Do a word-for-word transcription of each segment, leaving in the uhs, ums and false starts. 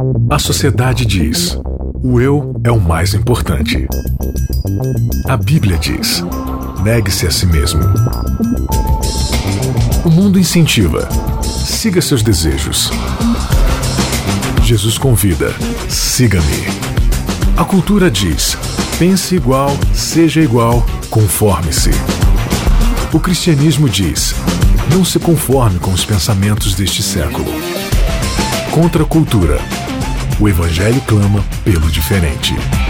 A sociedade diz: o eu é o mais importante. A Bíblia diz: negue-se a si mesmo. O mundo incentiva: siga seus desejos. Jesus convida: siga-me. A cultura diz: pense igual, seja igual, conforme-se. O cristianismo diz: não se conforme com os pensamentos deste século. Contra a cultura, o Evangelho clama pelo diferente.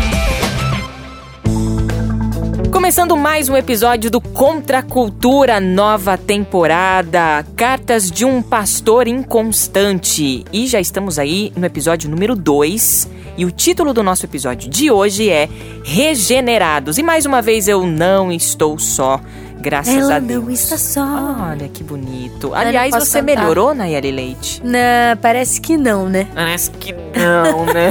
Começando mais um episódio do Contra a Cultura, nova temporada, Cartas de um Pastor Inconstante. E já estamos aí no episódio número dois. E o título do nosso episódio de hoje é Regenerados. E mais uma vez eu não estou só, graças Ela a Deus. Ela não está só. Olha que bonito. Aliás, você cantar. melhorou, Nayeli Leite? Não, parece que não, né? Parece que não, né?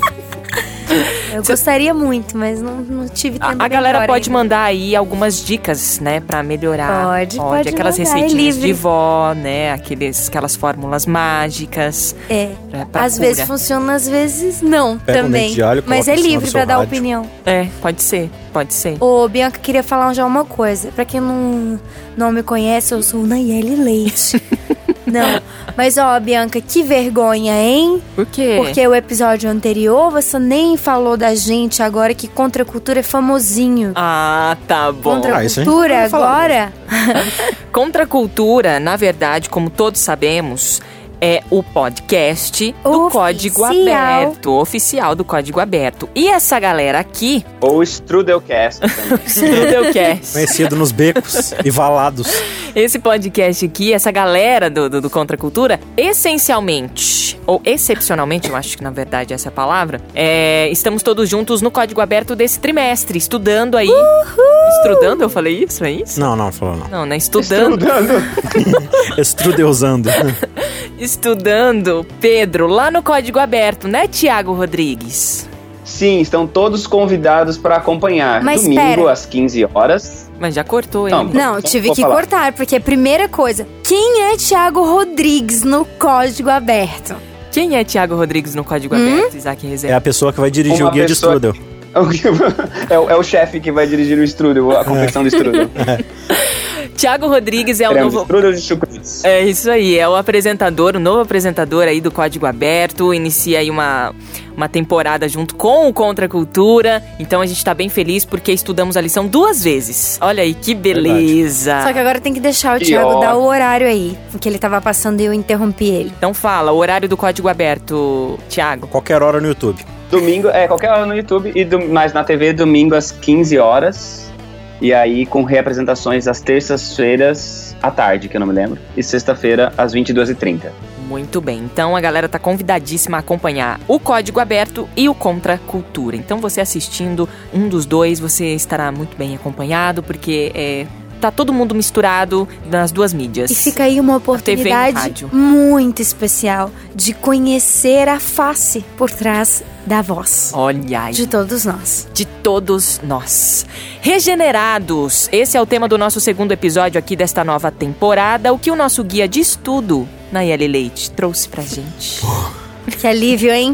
Eu gostaria muito, mas não, não tive tempo. A, a galera pode ainda. mandar aí algumas dicas, né, pra melhorar. Pode, pode, pode aquelas mandar, receitinhas é de vó, né, aqueles, aquelas fórmulas mágicas. É, pra às cura. vezes funciona, às vezes não, Pega também. Um de alho, mas é livre pra dar rádio. opinião. É, pode ser, pode ser. Ô, Bianca, queria falar já uma coisa. Pra quem não, não me conhece, eu sou Nayeli Leite. Não, mas ó, Bianca, que vergonha, hein? Por quê? Porque o episódio anterior você nem falou da gente agora que Contra a Cultura é famosinho. Ah, tá bom. Contra a ah, Cultura agora? Contra a Cultura, na verdade, como todos sabemos, é o podcast do Oficial. Código Aberto, oficial do Código Aberto. E essa galera aqui... Ou Strudelcast também. Strudelcast. Conhecido nos becos e valados. Esse podcast aqui, essa galera do, do, do Contra a Cultura, essencialmente, ou excepcionalmente, eu acho que na verdade essa é a palavra, é, estamos todos juntos no Código Aberto desse trimestre, estudando aí. Uhul! Estudando, eu falei isso, é isso? Não, não, falou não. Não, né? Estudando. Estudando. Estrudeusando. Estudando, Pedro, lá no Código Aberto, né, Tiago Rodrigues? Sim, estão todos convidados para acompanhar. Mas domingo pera. às quinze horas. Mas já cortou, hein? Não, Não, tive vou que falar. cortar, porque a primeira coisa, quem é Tiago Rodrigues no Código Aberto? Quem é Tiago Rodrigues no Código Hum? Aberto, Isaac Rezende? É a pessoa que vai dirigir Uma o guia pessoa- de Strudel. É o, é o chefe que vai dirigir o Strudel, a competição do Strudel. Tiago Rodrigues é o Teremos novo... Strudel de chucrutes. É isso aí, é o apresentador, o novo apresentador aí do Código Aberto, inicia aí uma, uma temporada junto com o Contra a Cultura, então a gente tá bem feliz porque estudamos a lição duas vezes. Olha aí, que beleza! Só que agora tem que deixar o Que Thiago ó. dar o horário aí, porque ele tava passando e eu interrompi ele. Então fala, o horário do Código Aberto, Thiago. Qualquer hora no YouTube. Domingo, é, qualquer hora no YouTube, e do, mas na T V, domingo às quinze horas. E aí com reapresentações às terças-feiras à tarde, que eu não me lembro. E sexta-feira às vinte e duas e trinta. Muito bem, então a galera tá convidadíssima a acompanhar o Código Aberto e o Contra a Cultura. Então você assistindo um dos dois, você estará muito bem acompanhado, porque é, tá todo mundo misturado nas duas mídias. E fica aí uma T V e oportunidade rádio. muito especial de conhecer a face por trás da voz Olha aí. de todos nós. De todos nós. Regenerados, esse é o tema do nosso segundo episódio aqui desta nova temporada. O que o nosso guia de estudo, Nayeli Leite, trouxe pra gente. Que alívio, hein?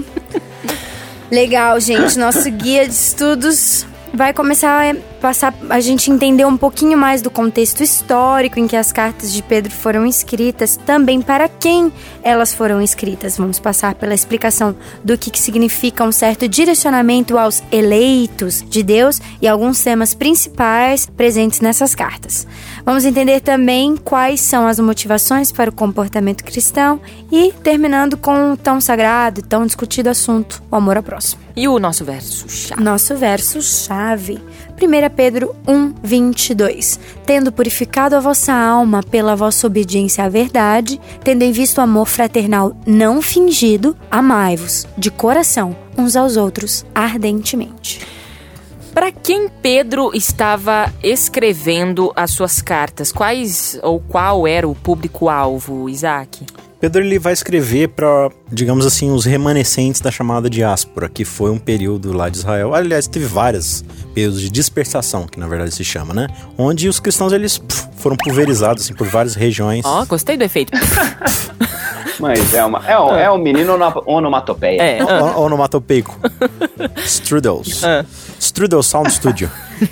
Legal, gente. Nosso guia de estudos vai começar a passar a gente entender um pouquinho mais do contexto histórico em que as cartas de Pedro foram escritas, também para quem elas foram escritas. Vamos passar pela explicação do que, que significa um certo direcionamento aos eleitos de Deus e alguns temas principais presentes nessas cartas. Vamos entender também quais são as motivações para o comportamento cristão e terminando com o tão sagrado e tão discutido assunto, o amor ao próximo. E o nosso verso-chave? Nosso verso-chave, primeira Pedro um, vinte e dois. Tendo purificado a vossa alma pela vossa obediência à verdade, tendo em vista o amor fraternal não fingido, amai-vos de coração uns aos outros ardentemente. Para quem Pedro estava escrevendo as suas cartas? Quais ou qual era o público-alvo, Isaac? Pedro ele vai escrever para, digamos assim, os remanescentes da chamada diáspora, que foi um período lá de Israel. Aliás, teve vários períodos de dispersação, que na verdade se chama, né? Onde os cristãos eles pff, foram pulverizados assim, por várias regiões. Ó, oh, gostei do efeito. Mas é, uma, é, um, é um menino onomatopeia. É. O- Onomatopeico. Strudels. Ah. Strudel Sound Studio.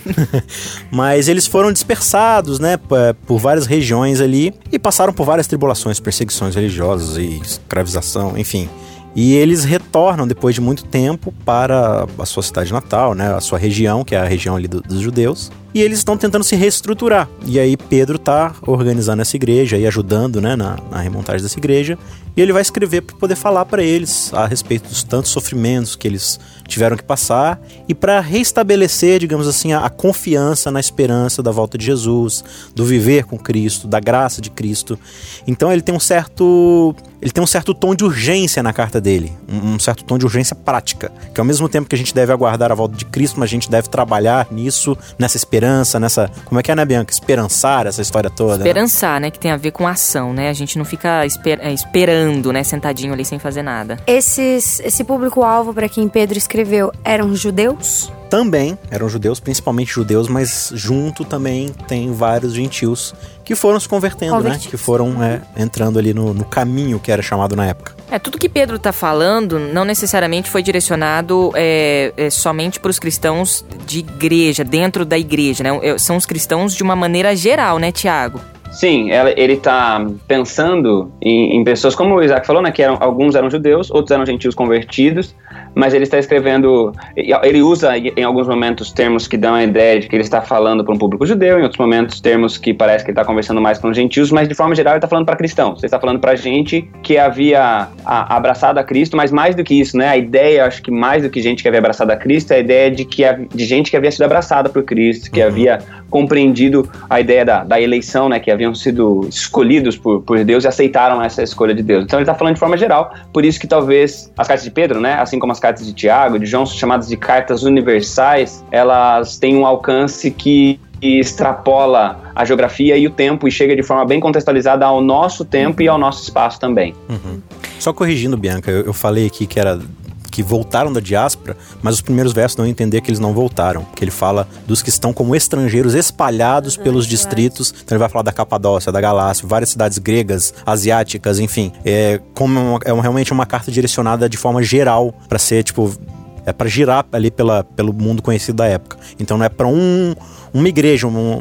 Mas eles foram dispersados, né, p- por várias regiões ali e passaram por várias tribulações, perseguições religiosas e escravização, enfim. E eles retornam depois de muito tempo para a sua cidade natal, né, a sua região, que é a região ali do- dos judeus. E eles estão tentando se reestruturar. E aí Pedro tá organizando essa igreja e ajudando, né, na, na remontagem dessa igreja. E ele vai escrever para poder falar para eles a respeito dos tantos sofrimentos que eles tiveram que passar e para reestabelecer, digamos assim, a, a confiança na esperança da volta de Jesus, do viver com Cristo, da graça de Cristo. Então ele tem um certo, ele tem um certo tom de urgência na carta dele, um, um certo tom de urgência prática, que ao mesmo tempo que a gente deve aguardar a volta de Cristo, mas a gente deve trabalhar nisso, nessa esperança, nessa, como é que é, né, Bianca? Esperançar essa história toda. Esperançar, né? Que tem a ver com ação, né? A gente não fica esper- é, esperando, né? Sentadinho ali sem fazer nada. Esses, esse público-alvo para quem Pedro escreveu eram judeus? Também eram judeus, principalmente judeus, mas junto também tem vários gentios que foram se convertendo, né? Convertidos. Que foram é, entrando ali no, no caminho que era chamado na época. É, tudo que Pedro tá falando não necessariamente foi direcionado é, é, somente para os cristãos de igreja, dentro da igreja, né? É, São os cristãos de uma maneira geral, né, Tiago? Sim, ela- ele está pensando em, em pessoas, como o Isaac falou, né, que eram, alguns eram judeus, outros eram gentios convertidos, mas ele está escrevendo, ele usa em alguns momentos termos que dão a ideia de que ele está falando para um público judeu, em outros momentos termos que parece que ele está conversando mais com os gentios, mas de forma geral ele está falando para cristãos, ele está falando para gente que havia a, abraçado a Cristo, mas mais do que isso, né, a ideia, acho que mais do que gente que havia abraçado a Cristo, é a ideia de, que, de gente que havia sido abraçada por Cristo, que Uhum. havia compreendido a ideia da, da eleição, né, que haviam sido escolhidos por, por Deus e aceitaram essa escolha de Deus. Então ele está falando de forma geral, por isso que talvez as cartas de Pedro, né, assim como as cartas de Tiago, de João, são chamadas de cartas universais, elas têm um alcance que extrapola a geografia e o tempo e chega de forma bem contextualizada ao nosso tempo e ao nosso espaço também. Uhum. Só corrigindo, Bianca, eu, eu falei aqui que era que voltaram da diáspora, mas os primeiros versos dão a entender que eles não voltaram, que ele fala dos que estão como estrangeiros espalhados pelos distritos, então ele vai falar da Capadócia, da Galácia, várias cidades gregas, asiáticas, enfim, é, como uma, é uma- realmente uma carta direcionada de forma geral para ser, tipo, é para girar ali pela, pelo mundo conhecido da época, então não é para um, uma igreja, um,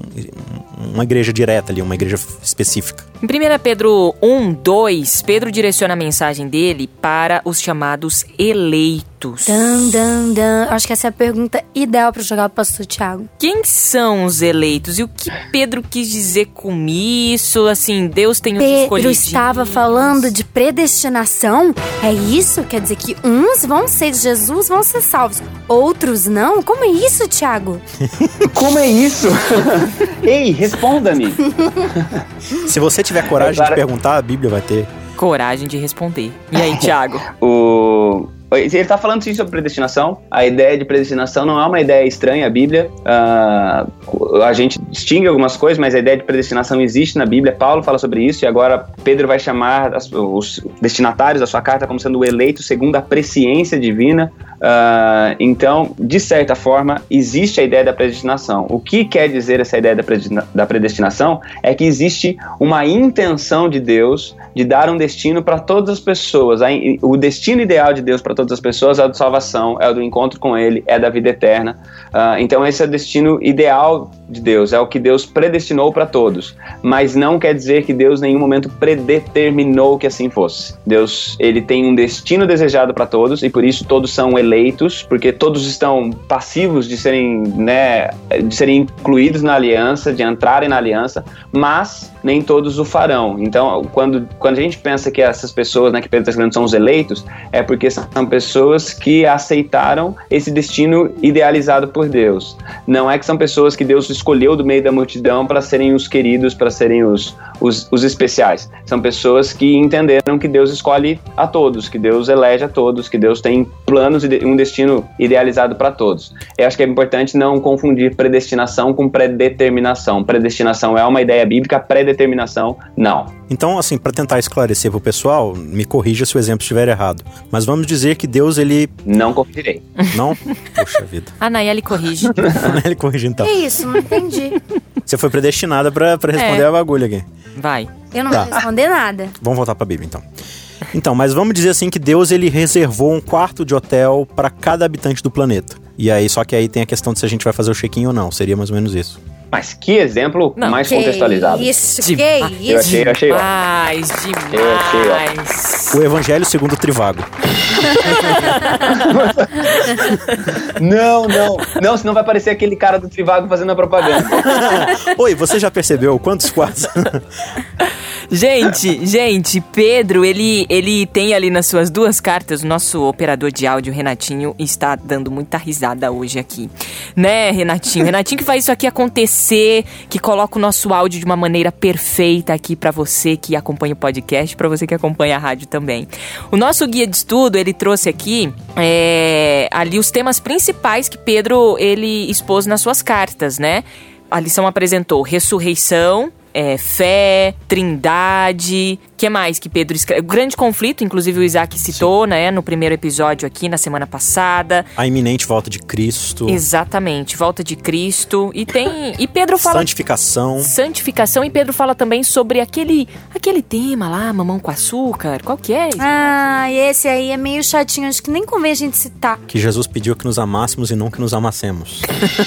uma igreja direta ali, uma igreja específica. Em primeira Pedro um, dois, Pedro direciona a mensagem dele para os chamados eleitos. Dan, dan, dan. Acho que essa é a pergunta ideal para jogar pro pastor Tiago. Quem são os eleitos? E o que Pedro quis dizer com isso? Assim, Deus tem os Pedro escolhidos. estava falando de predestinação? É isso? Quer dizer que uns vão ser de Jesus, vão ser salvos, outros não? Como é isso, Tiago? Como é isso? Ei, responda-me! Se você tiver coragem Claro. de perguntar, a Bíblia vai ter. Coragem de responder. E aí, Tiago? O... Ele está falando sim sobre predestinação. A ideia de predestinação não é uma ideia estranha à Bíblia. Ah, a gente distingue algumas coisas, mas a ideia de predestinação existe na Bíblia. Paulo fala sobre isso e agora Pedro vai chamar as- os destinatários da sua carta como sendo o eleito segundo a presciência divina. Ah, então, de certa forma, existe a ideia da predestinação. O que quer dizer essa ideia da predestina- da predestinação é que existe uma intenção de Deus de dar um destino para todas as pessoas. A in- O destino ideal de Deus para todas as pessoas é o de salvação, é o do encontro com Ele, é da vida eterna. Ah, então esse é o destino ideal de Deus, é o que Deus predestinou para todos. Mas não quer dizer que Deus em nenhum momento predeterminou que assim fosse. Deus, ele tem um destino desejado para todos e por isso todos são eleitos, porque todos estão passivos de serem, né, de serem incluídos na aliança, de entrarem na aliança, mas nem todos o farão. Então, quando, quando a gente pensa que essas pessoas, né, que Pedro está escrevendo são os eleitos, é porque são pessoas que aceitaram esse destino idealizado por Deus. Não é que são pessoas que Deus escolheu do meio da multidão para serem os queridos, para serem os, os, os especiais. São pessoas que entenderam que Deus escolhe a todos, que Deus elege a todos, que Deus tem planos e um destino idealizado para todos. Eu acho que é importante não confundir predestinação com predeterminação. Predestinação é uma ideia bíblica, predeterminação não. Então, assim, para tentar esclarecer pro pessoal, me corrija se o exemplo estiver errado. Mas vamos dizer que Deus, ele... Não confundirei. Não? Poxa vida. A Nayeli corrige. Ele corrige então. Que isso? Não entendi. Você foi predestinada pra, pra responder É. a bagulho aqui. Vai. Eu não Tá. vou responder nada. Vamos voltar pra Bíblia, então. Então, mas vamos dizer assim que Deus ele reservou um quarto de hotel para cada habitante do planeta. E aí, só que aí tem a questão de se a gente vai fazer o check-in ou não. Seria mais ou menos isso. Mas que exemplo Não, mais que contextualizado. Isso, De- que Ah, isso. Eu achei, eu achei ó. Demais, Eu achei, ó. demais. O Evangelho segundo o Trivago. Não, não. Não, senão vai parecer aquele cara do Trivago fazendo a propaganda. Oi, você já percebeu quantos quartos? Gente, gente, Pedro, ele, ele tem ali nas suas duas cartas, o nosso operador de áudio, Renatinho, está dando muita risada hoje aqui. Né, Renatinho? Renatinho que faz isso aqui acontecer, que coloca o nosso áudio de uma maneira perfeita aqui pra você que acompanha o podcast, pra você que acompanha a rádio também. O nosso guia de estudo, ele trouxe aqui é, ali os temas principais que Pedro, ele expôs nas suas cartas, né? A lição apresentou ressurreição, É, fé, trindade, o que mais que Pedro escreve? O grande conflito, inclusive o Isaac citou, né, no primeiro episódio aqui, na semana passada. A iminente volta de Cristo. Exatamente, volta de Cristo. E tem. E Pedro fala. Santificação. Santificação, e Pedro fala também sobre aquele, aquele tema lá, mamão com açúcar. Qual que é? Ah, esse aí é meio chatinho, acho que nem convém a gente citar. Que Jesus pediu que nos amássemos e não que nos amassemos.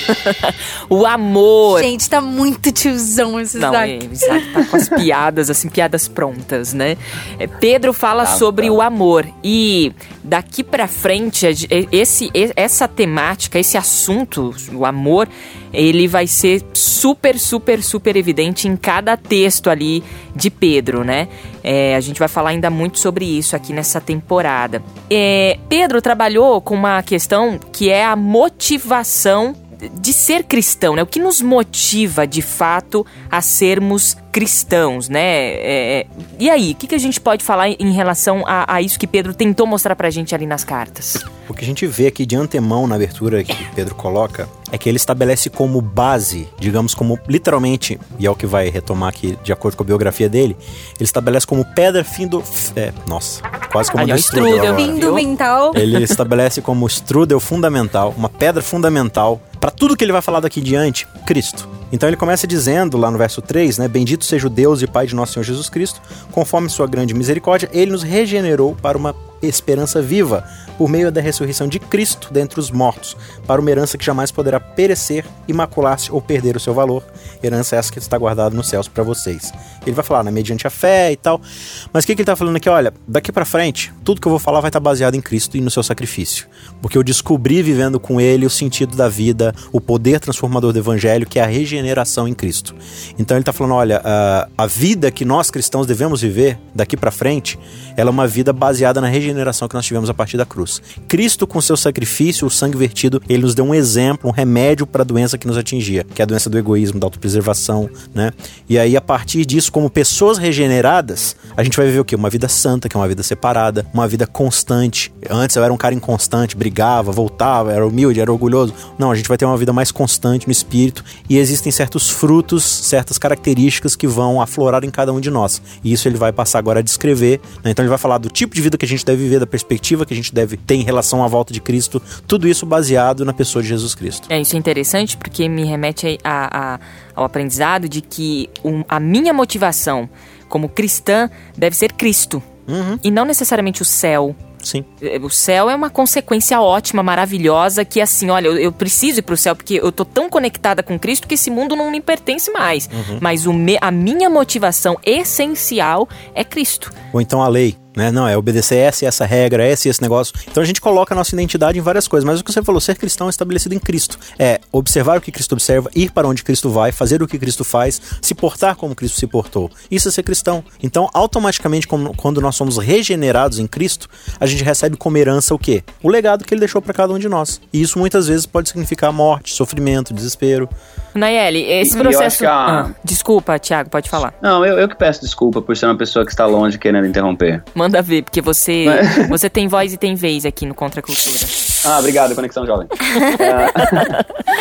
O amor. Gente, tá muito tiozão esse Não, Isaac. é, o Isaac tá com as piadas, assim, piadas prontas, né? É, Pedro fala Tá, sobre tá. o amor. E daqui pra frente, esse, essa temática, esse assunto, o amor, ele vai ser super, super, super evidente em cada texto ali de Pedro, né? É, a gente vai falar ainda muito sobre isso aqui nessa temporada. É, Pedro trabalhou com uma questão que é a motivação de ser cristão, né? O que nos motiva, de fato, a sermos cristãos, né? É, e aí, o que, que a gente pode falar em relação a, a isso que Pedro tentou mostrar pra gente ali nas cartas? O que a gente vê aqui de antemão na abertura que Pedro coloca é que ele estabelece como base, digamos como literalmente, e é o que vai retomar aqui de acordo com a biografia dele, ele estabelece como pedra findo... É, nossa, quase como Ali, do ó, strudel strudel. agora. Fim do mental. Ele estabelece como strudel fundamental, uma pedra fundamental, para tudo que ele vai falar daqui em diante, Cristo. Então ele começa dizendo lá no verso três, né? Bendito seja o Deus e Pai de nosso Senhor Jesus Cristo, conforme sua grande misericórdia, ele nos regenerou para uma esperança viva, por meio da ressurreição de Cristo dentre os mortos, para uma herança que jamais poderá perecer, imacular-se ou perder o seu valor. Herança essa que está guardada nos céus para vocês. Ele vai falar, né, mediante a fé e tal. Mas o que, que ele está falando aqui? Olha, daqui para frente, tudo que eu vou falar vai estar baseado em Cristo e no seu sacrifício. Porque eu descobri vivendo com ele o sentido da vida, o poder transformador do evangelho, que é a regeneração em Cristo. Então ele está falando, olha, a, a vida que nós cristãos devemos viver daqui para frente, ela é uma vida baseada na regeneração que nós tivemos a partir da cruz. Cristo, com seu sacrifício, o sangue vertido, ele nos deu um exemplo, um remédio para a doença que nos atingia, que é a doença do egoísmo, da autopreservação, né? E aí, a partir disso, como pessoas regeneradas, a gente vai viver o quê? Uma vida santa, que é uma vida separada, uma vida constante. Antes eu era um cara inconstante, brigava, voltava, era humilde, era orgulhoso. Não, a gente vai ter uma vida mais constante no espírito, e existem certos frutos, certas características que vão aflorar em cada um de nós. E isso ele vai passar agora a descrever, né? Então ele vai falar do tipo de vida que a gente deve viver, da perspectiva que a gente deve ter em relação à volta de Cristo, tudo isso baseado na pessoa de Jesus Cristo. É, isso é interessante porque me remete a, a, ao aprendizado de que um, a minha motivação como cristã deve ser Cristo. Uhum. E não necessariamente o céu. Sim. O céu é uma consequência ótima, maravilhosa, que assim, olha, eu, eu preciso ir pro céu porque eu tô tão conectada com Cristo que esse mundo não me pertence mais. Uhum. Mas o me, a minha motivação essencial é Cristo. Ou então a lei, né? Não, é obedecer essa e essa regra, essa e esse negócio. Então a gente coloca a nossa identidade em várias coisas, mas o que você falou, ser cristão é estabelecido em Cristo. É observar o que Cristo observa, ir para onde Cristo vai, fazer o que Cristo faz, se portar como Cristo se portou. Isso é ser cristão. Então, automaticamente, quando nós somos regenerados em Cristo, a gente recebe como herança o quê? O legado que ele deixou para cada um de nós. E isso muitas vezes pode significar morte, sofrimento, desespero. Nayeli, esse E processo... a... ah, desculpa, Thiago, pode falar. Não, eu, eu que peço desculpa por ser uma pessoa que está longe querendo interromper. Manda ver, porque você, você tem voz e tem vez aqui no Contra a Cultura. Ah, obrigado, Conexão Jovem. uh,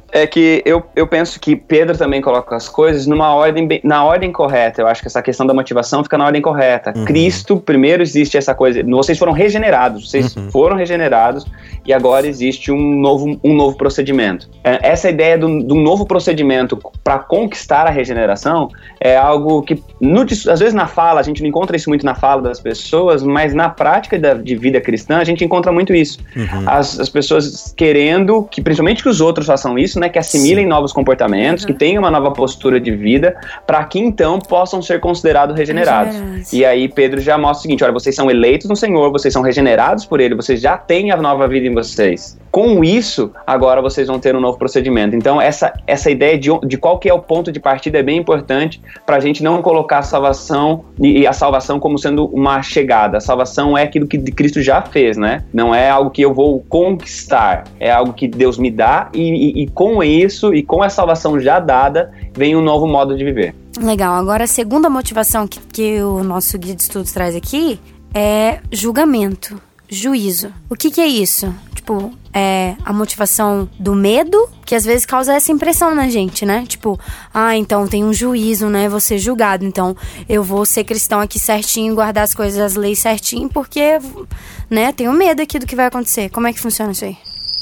É que eu, eu penso que Pedro também coloca as coisas numa ordem, na ordem correta. Eu acho que essa questão da motivação fica na ordem correta. Uhum. Cristo, primeiro existe essa coisa, vocês foram regenerados, vocês uhum. foram regenerados e agora existe um novo, um novo procedimento. Essa ideia de um novo procedimento para conquistar a regeneração é algo que, no, às vezes na fala, a gente não encontra isso muito na fala das pessoas, mas na prática da, de vida cristã, a gente encontra muito isso. Uhum. As, as pessoas querendo, que principalmente que os outros façam isso, né, que assimilem Sim. novos comportamentos, uhum. que tenham uma nova postura de vida, para que então possam ser considerados regenerados. Regenerados. E aí Pedro já mostra o seguinte, olha, vocês são eleitos no Senhor, vocês são regenerados por Ele, vocês já têm a nova vida em vocês. Com isso, agora vocês vão ter um novo procedimento. Então, essa, essa ideia de, de qual que é o ponto de partida é bem importante para a gente não colocar a salvação e a salvação como sendo uma chegada. A salvação é aquilo que Cristo já fez, né? Não é algo que eu vou conquistar, é algo que Deus me dá e, e, e com isso, e com a salvação já dada, vem um novo modo de viver. Legal. Agora, a segunda motivação que, que o nosso guia de estudos traz aqui é julgamento, juízo. O que que é isso? Tipo, é a motivação do medo, que às vezes causa essa impressão na gente, né? Tipo, ah, então tem um juízo, né? Vou ser julgado, então eu vou ser cristão aqui certinho, guardar as coisas, as leis certinho, porque, né, tenho medo aqui do que vai acontecer. Como é que funciona isso aí?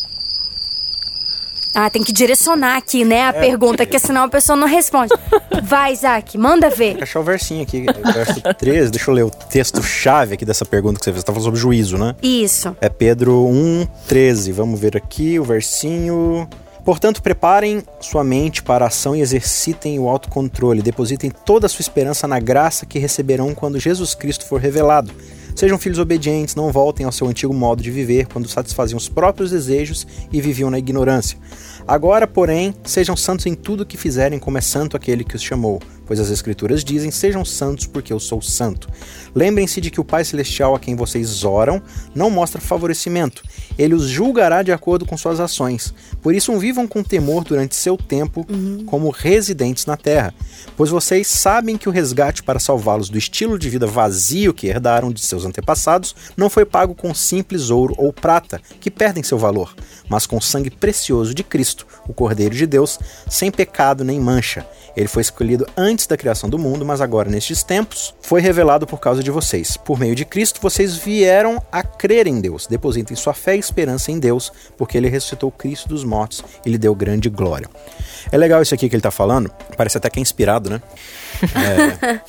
Ah, tem que direcionar aqui, né, a é, pergunta, porque senão a pessoa não responde. Vai, Isaac, manda ver. Vou achar o versinho aqui, verso treze, deixa eu ler o texto-chave aqui dessa pergunta que você fez. Você tá falando sobre juízo, né? Isso. É Pedro um, treze, vamos ver aqui o versinho... Portanto, preparem sua mente para a ação e exercitem o autocontrole. Depositem toda a sua esperança na graça que receberão quando Jesus Cristo for revelado. Sejam filhos obedientes, não voltem ao seu antigo modo de viver, quando satisfaziam os próprios desejos e viviam na ignorância. Agora, porém, sejam santos em tudo o que fizerem, como é santo aquele que os chamou. Pois as Escrituras dizem, sejam santos porque eu sou santo. Lembrem-se de que o Pai Celestial a quem vocês oram não mostra favorecimento. Ele os julgará de acordo com suas ações. Por isso, vivam com temor durante seu tempo uhum. como residentes na terra. Pois vocês sabem que o resgate para salvá-los do estilo de vida vazio que herdaram de seus antepassados não foi pago com simples ouro ou prata, que perdem seu valor, mas com o sangue precioso de Cristo, o Cordeiro de Deus, sem pecado nem mancha. Ele foi escolhido antes da criação do mundo, mas agora, nestes tempos, foi revelado por causa de vocês. Por meio de Cristo, vocês vieram a crer em Deus. Depositem sua fé e esperança em Deus, porque Ele ressuscitou Cristo dos mortos e lhe deu grande glória. É legal isso aqui que ele está falando, parece até que é inspirado, né? É...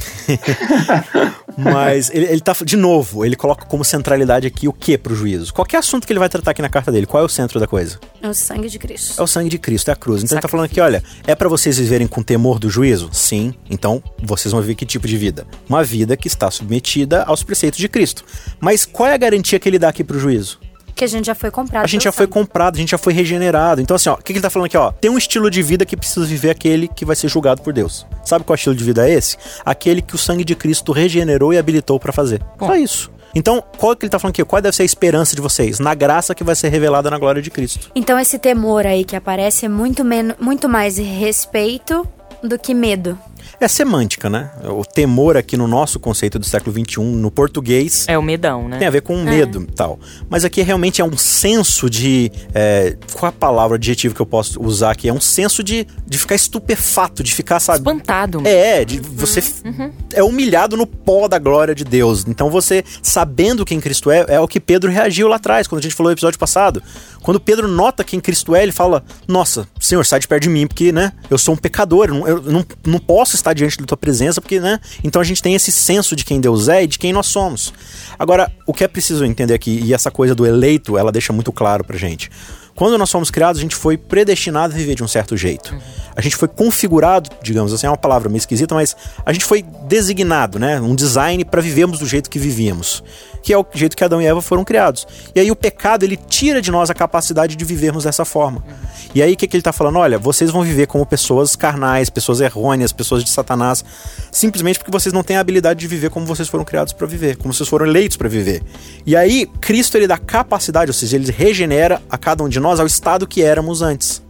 Mas ele, ele tá, de novo, ele coloca como centralidade aqui o que pro juízo? Qualquer assunto que ele vai tratar aqui na carta dele, qual é o centro da coisa? É o sangue de Cristo. É o sangue de Cristo, é a cruz. Então ele tá falando aqui, olha, é pra vocês viverem com temor do juízo? Sim. Então vocês vão viver que tipo de vida? Uma vida que está submetida aos preceitos de Cristo. Mas qual é a garantia que ele dá aqui pro juízo? Que a gente já foi comprado. A gente já foi comprado, a gente já foi regenerado. Então assim, ó, o que, que ele tá falando aqui, ó? Tem um estilo de vida que precisa viver aquele que vai ser julgado por Deus. Sabe qual estilo de vida é esse? Aquele que o sangue de Cristo regenerou e habilitou pra fazer. Bom. Só isso. Então, qual que ele tá falando aqui? Qual deve ser a esperança de vocês? Na graça que vai ser revelada na glória de Cristo. Então esse temor aí que aparece é muito, menos, muito mais respeito do que medo. É semântica, né? O temor aqui no nosso conceito do século vinte e um, no português... É o medão, né? Tem a ver com é. medo e tal. Mas aqui realmente é um senso de... É, qual é a palavra, adjetivo que eu posso usar aqui? É um senso de, de ficar estupefato, de ficar, sabe... Espantado. É, de você... Uhum. É humilhado no pó da glória de Deus. Então você, sabendo quem Cristo é, é o que Pedro reagiu lá atrás, quando a gente falou no episódio passado. Quando Pedro nota quem Cristo é, ele fala... Nossa, Senhor, sai de perto de mim, porque, né? Eu sou um pecador, eu não, eu não, não posso estar diante da tua presença, porque, né? Então a gente tem esse senso de quem Deus é e de quem nós somos. Agora, o que é preciso entender aqui, e essa coisa do eleito, ela deixa muito claro pra gente. Quando nós fomos criados, a gente foi predestinado a viver de um certo jeito. A gente foi configurado, digamos assim, é uma palavra meio esquisita, mas a gente foi designado, né? Um design para vivermos do jeito que vivíamos. Que é o jeito que Adão e Eva foram criados. E aí o pecado, ele tira de nós a capacidade de vivermos dessa forma. E aí o que, que ele está falando? Olha, vocês vão viver como pessoas carnais, pessoas errôneas, pessoas de Satanás, simplesmente porque vocês não têm a habilidade de viver como vocês foram criados para viver, como vocês foram eleitos para viver. E aí Cristo, ele dá capacidade, ou seja, ele regenera a cada um de nós ao estado que éramos antes.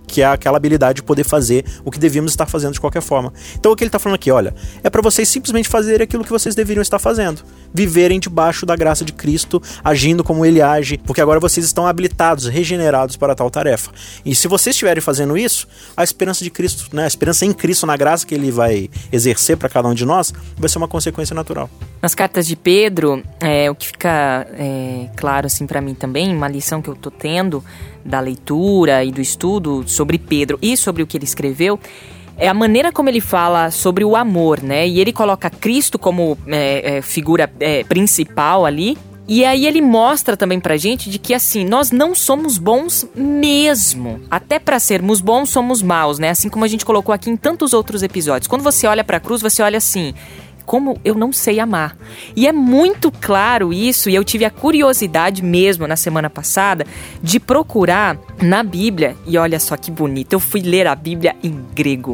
que é aquela habilidade de poder fazer o que devíamos estar fazendo de qualquer forma. Então o que ele está falando aqui, olha, é para vocês simplesmente fazerem aquilo que vocês deveriam estar fazendo. Viverem debaixo da graça de Cristo, agindo como ele age, porque agora vocês estão habilitados, regenerados para tal tarefa. E se vocês estiverem fazendo isso, a esperança de Cristo, né, a esperança em Cristo, na graça que ele vai exercer para cada um de nós, vai ser uma consequência natural. Nas cartas de Pedro, é, o que fica é, claro assim para mim também, uma lição que eu tô tendo da leitura e do estudo sobre Pedro e sobre o que ele escreveu, é a maneira como ele fala sobre o amor, né? E ele coloca Cristo como é, é, figura é, principal ali. E aí ele mostra também pra gente de que, assim, nós não somos bons mesmo. Até pra sermos bons, somos maus, né? Assim como a gente colocou aqui em tantos outros episódios. Quando você olha pra cruz, você olha assim... como eu não sei amar. E é muito claro isso, e eu tive a curiosidade mesmo na semana passada de procurar na Bíblia, e olha só que bonito, eu fui ler a Bíblia em grego.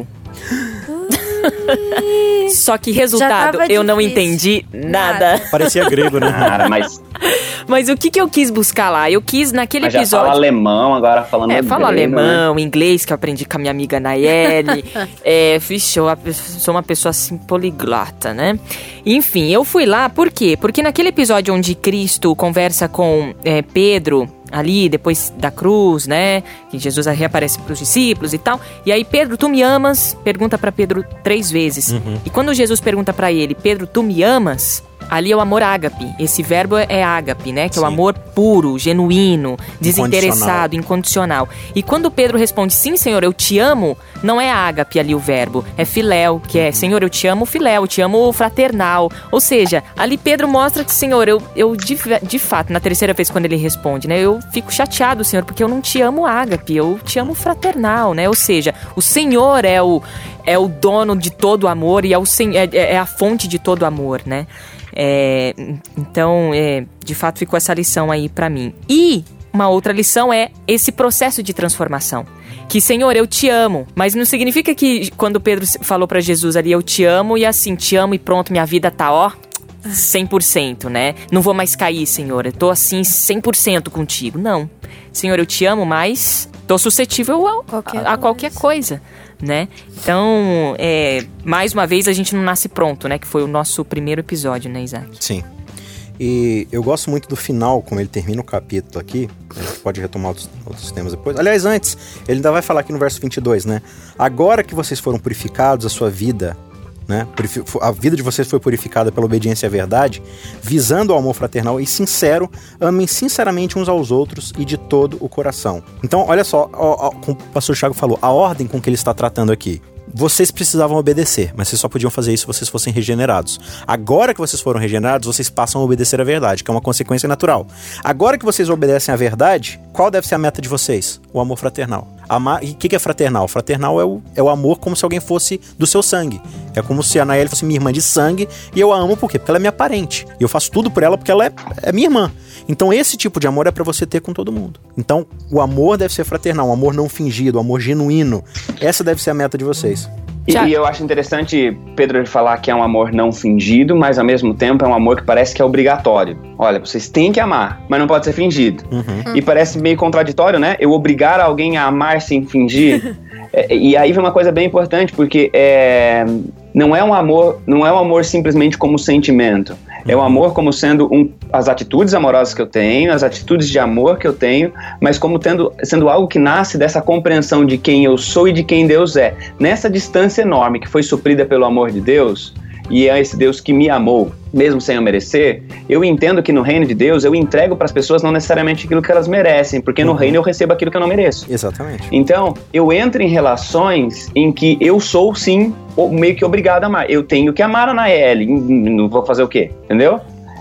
Só que resultado, eu não entendi nada. Nada. Parecia grego, né? Cara, mas... Mas o que, que eu quis buscar lá? Eu quis naquele mas já episódio... fala alemão, agora falando É, falo grego, alemão, né? inglês, que eu aprendi com a minha amiga Nayeli. é, vixe, eu sou uma pessoa assim poliglota, né? Enfim, eu fui lá, por quê? Porque naquele episódio onde Cristo conversa com é, Pedro... ali, depois da cruz, né? Que Jesus reaparece para os discípulos e tal. E aí, Pedro, tu me amas? Pergunta para Pedro três vezes. Uhum. E quando Jesus pergunta para ele, Pedro, tu me amas? Ali é o amor ágape. Esse verbo é ágape, né? Que sim. É o amor puro, genuíno, desinteressado, incondicional. E quando Pedro responde, sim, Senhor, eu te amo, não é ágape ali o verbo. É filéu, que é, Senhor, eu te amo filéu, eu te amo fraternal. Ou seja, ali Pedro mostra que, Senhor, eu, eu de, de fato, na terceira vez quando ele responde, né? Eu fico chateado, Senhor, porque eu não te amo ágape, eu te amo fraternal, né? Ou seja, o Senhor é o, é o dono de todo o amor e é, o, é, é a fonte de todo o amor, né? É, então, é, de fato, ficou essa lição aí pra mim. E uma outra lição é esse processo de transformação. Que, Senhor, eu te amo. Mas não significa que quando Pedro falou pra Jesus ali, eu te amo, e assim, te amo e pronto, minha vida tá, ó, cem por cento, né? Não vou mais cair, Senhor, eu tô assim, cem por cento contigo. Não. Senhor, eu te amo, mas tô suscetível a qualquer, a, a qualquer coisa. Né? Então, é, mais uma vez, a gente não nasce pronto, né? Que foi o nosso primeiro episódio, né, Isaac? Sim. E eu gosto muito do final, como ele termina o capítulo aqui. A gente pode retomar outros, outros temas depois. Aliás, antes, ele ainda vai falar aqui no verso vinte e dois, né? Agora que vocês foram purificados, a sua vida... né? A vida de vocês foi purificada pela obediência à verdade, visando o amor fraternal e sincero, amem sinceramente uns aos outros e de todo o coração. Então, olha só, ó, ó, como o pastor Thiago falou, a ordem com que ele está tratando aqui. Vocês precisavam obedecer, mas vocês só podiam fazer isso se vocês fossem regenerados. Agora que vocês foram regenerados, vocês passam a obedecer à verdade, que é uma consequência natural. Agora que vocês obedecem à verdade, qual deve ser a meta de vocês? O amor fraternal. Amar, e o que, que é fraternal? Fraternal é o, é o amor como se alguém fosse do seu sangue. É como se a Nayeli fosse minha irmã de sangue e eu a amo por quê? Porque ela é minha parente. E eu faço tudo por ela porque ela é, é minha irmã. Então esse tipo de amor é pra você ter com todo mundo. Então o amor deve ser fraternal, um amor não fingido, um amor genuíno. Essa deve ser a meta de vocês. E, e eu acho interessante Pedro falar que é um amor não fingido, mas ao mesmo tempo é um amor que parece que é obrigatório. Olha, vocês têm que amar, mas não pode ser fingido. Uhum. E parece meio contraditório, né? Eu obrigar alguém a amar sem fingir. é, e aí vem uma coisa bem importante, porque é, não é um amor, não é um amor simplesmente como sentimento. É o amor como sendo um, as atitudes amorosas que eu tenho, as atitudes de amor que eu tenho, mas como tendo, sendo algo que nasce dessa compreensão de quem eu sou e de quem Deus é. Nessa distância enorme que foi suprida pelo amor de Deus, e é esse Deus que me amou, mesmo sem eu merecer, eu entendo que no reino de Deus eu entrego para as pessoas não necessariamente aquilo que elas merecem, porque no uhum. reino eu recebo aquilo que eu não mereço. Exatamente. Então, eu entro em relações em que eu sou, sim, meio que obrigado a amar. Eu tenho que amar a Nayeli, não vou fazer o quê? Entendeu?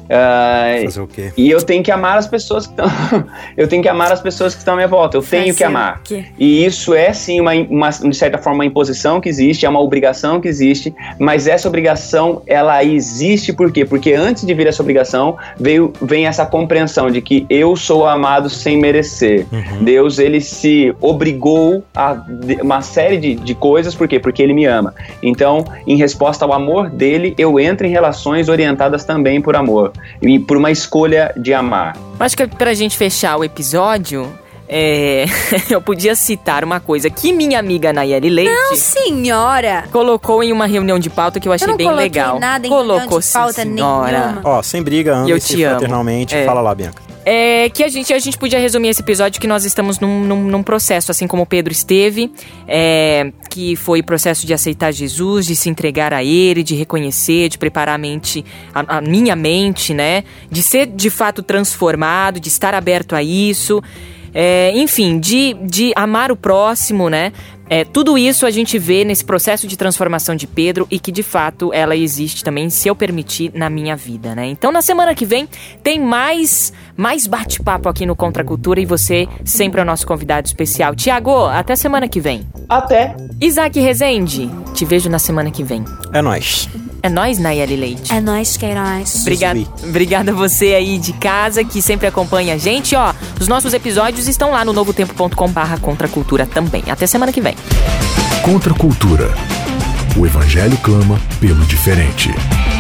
Uh, fazer o quê? E eu tenho que amar as pessoas que estão eu tenho que amar as pessoas que estão à minha volta. Eu fazer tenho que amar. E isso é sim uma, uma, de certa forma uma imposição que existe, é uma obrigação que existe, mas essa obrigação ela existe por quê? Porque antes de vir essa obrigação veio, vem essa compreensão de que eu sou amado sem merecer. Uhum. Deus ele se obrigou a uma série de, de coisas, por quê? Porque ele me ama. Então, em resposta ao amor dele, eu entro em relações orientadas também por amor. E por uma escolha de amar. Acho que pra gente fechar o episódio, é, eu podia citar uma coisa que minha amiga Nayeli Leite... Não, senhora! Colocou em uma reunião de pauta que eu achei eu não bem legal. Nada em colocou de pauta sim, senhora. Nenhuma. Ó, sem briga, ame-se fraternalmente. É. Fala lá, Bianca. É que a gente, a gente podia resumir esse episódio que nós estamos num, num, num processo, assim como o Pedro esteve, é, que foi processo de aceitar Jesus, de se entregar a Ele, de reconhecer, de preparar a mente, a, a minha mente, né? De ser de fato transformado, de estar aberto a isso, é, enfim, de, de amar o próximo, né? É, tudo isso a gente vê nesse processo de transformação de Pedro e que, de fato, ela existe também, se eu permitir, na minha vida, né? Então, na semana que vem, tem mais, mais bate-papo aqui no Contra a Cultura e você sempre é o nosso convidado especial. Tiago, até semana que vem. Até. Isaac Rezende, te vejo na semana que vem. É nóis. É nóis, Nayeli Leite. É nóis, Queiroz. Obrigada, obrigada a você aí de casa que sempre acompanha a gente. Ó, os nossos episódios estão lá no novo tempo ponto com barra Contra a Cultura também. Até semana que vem. Contra a Cultura. O Evangelho clama pelo diferente.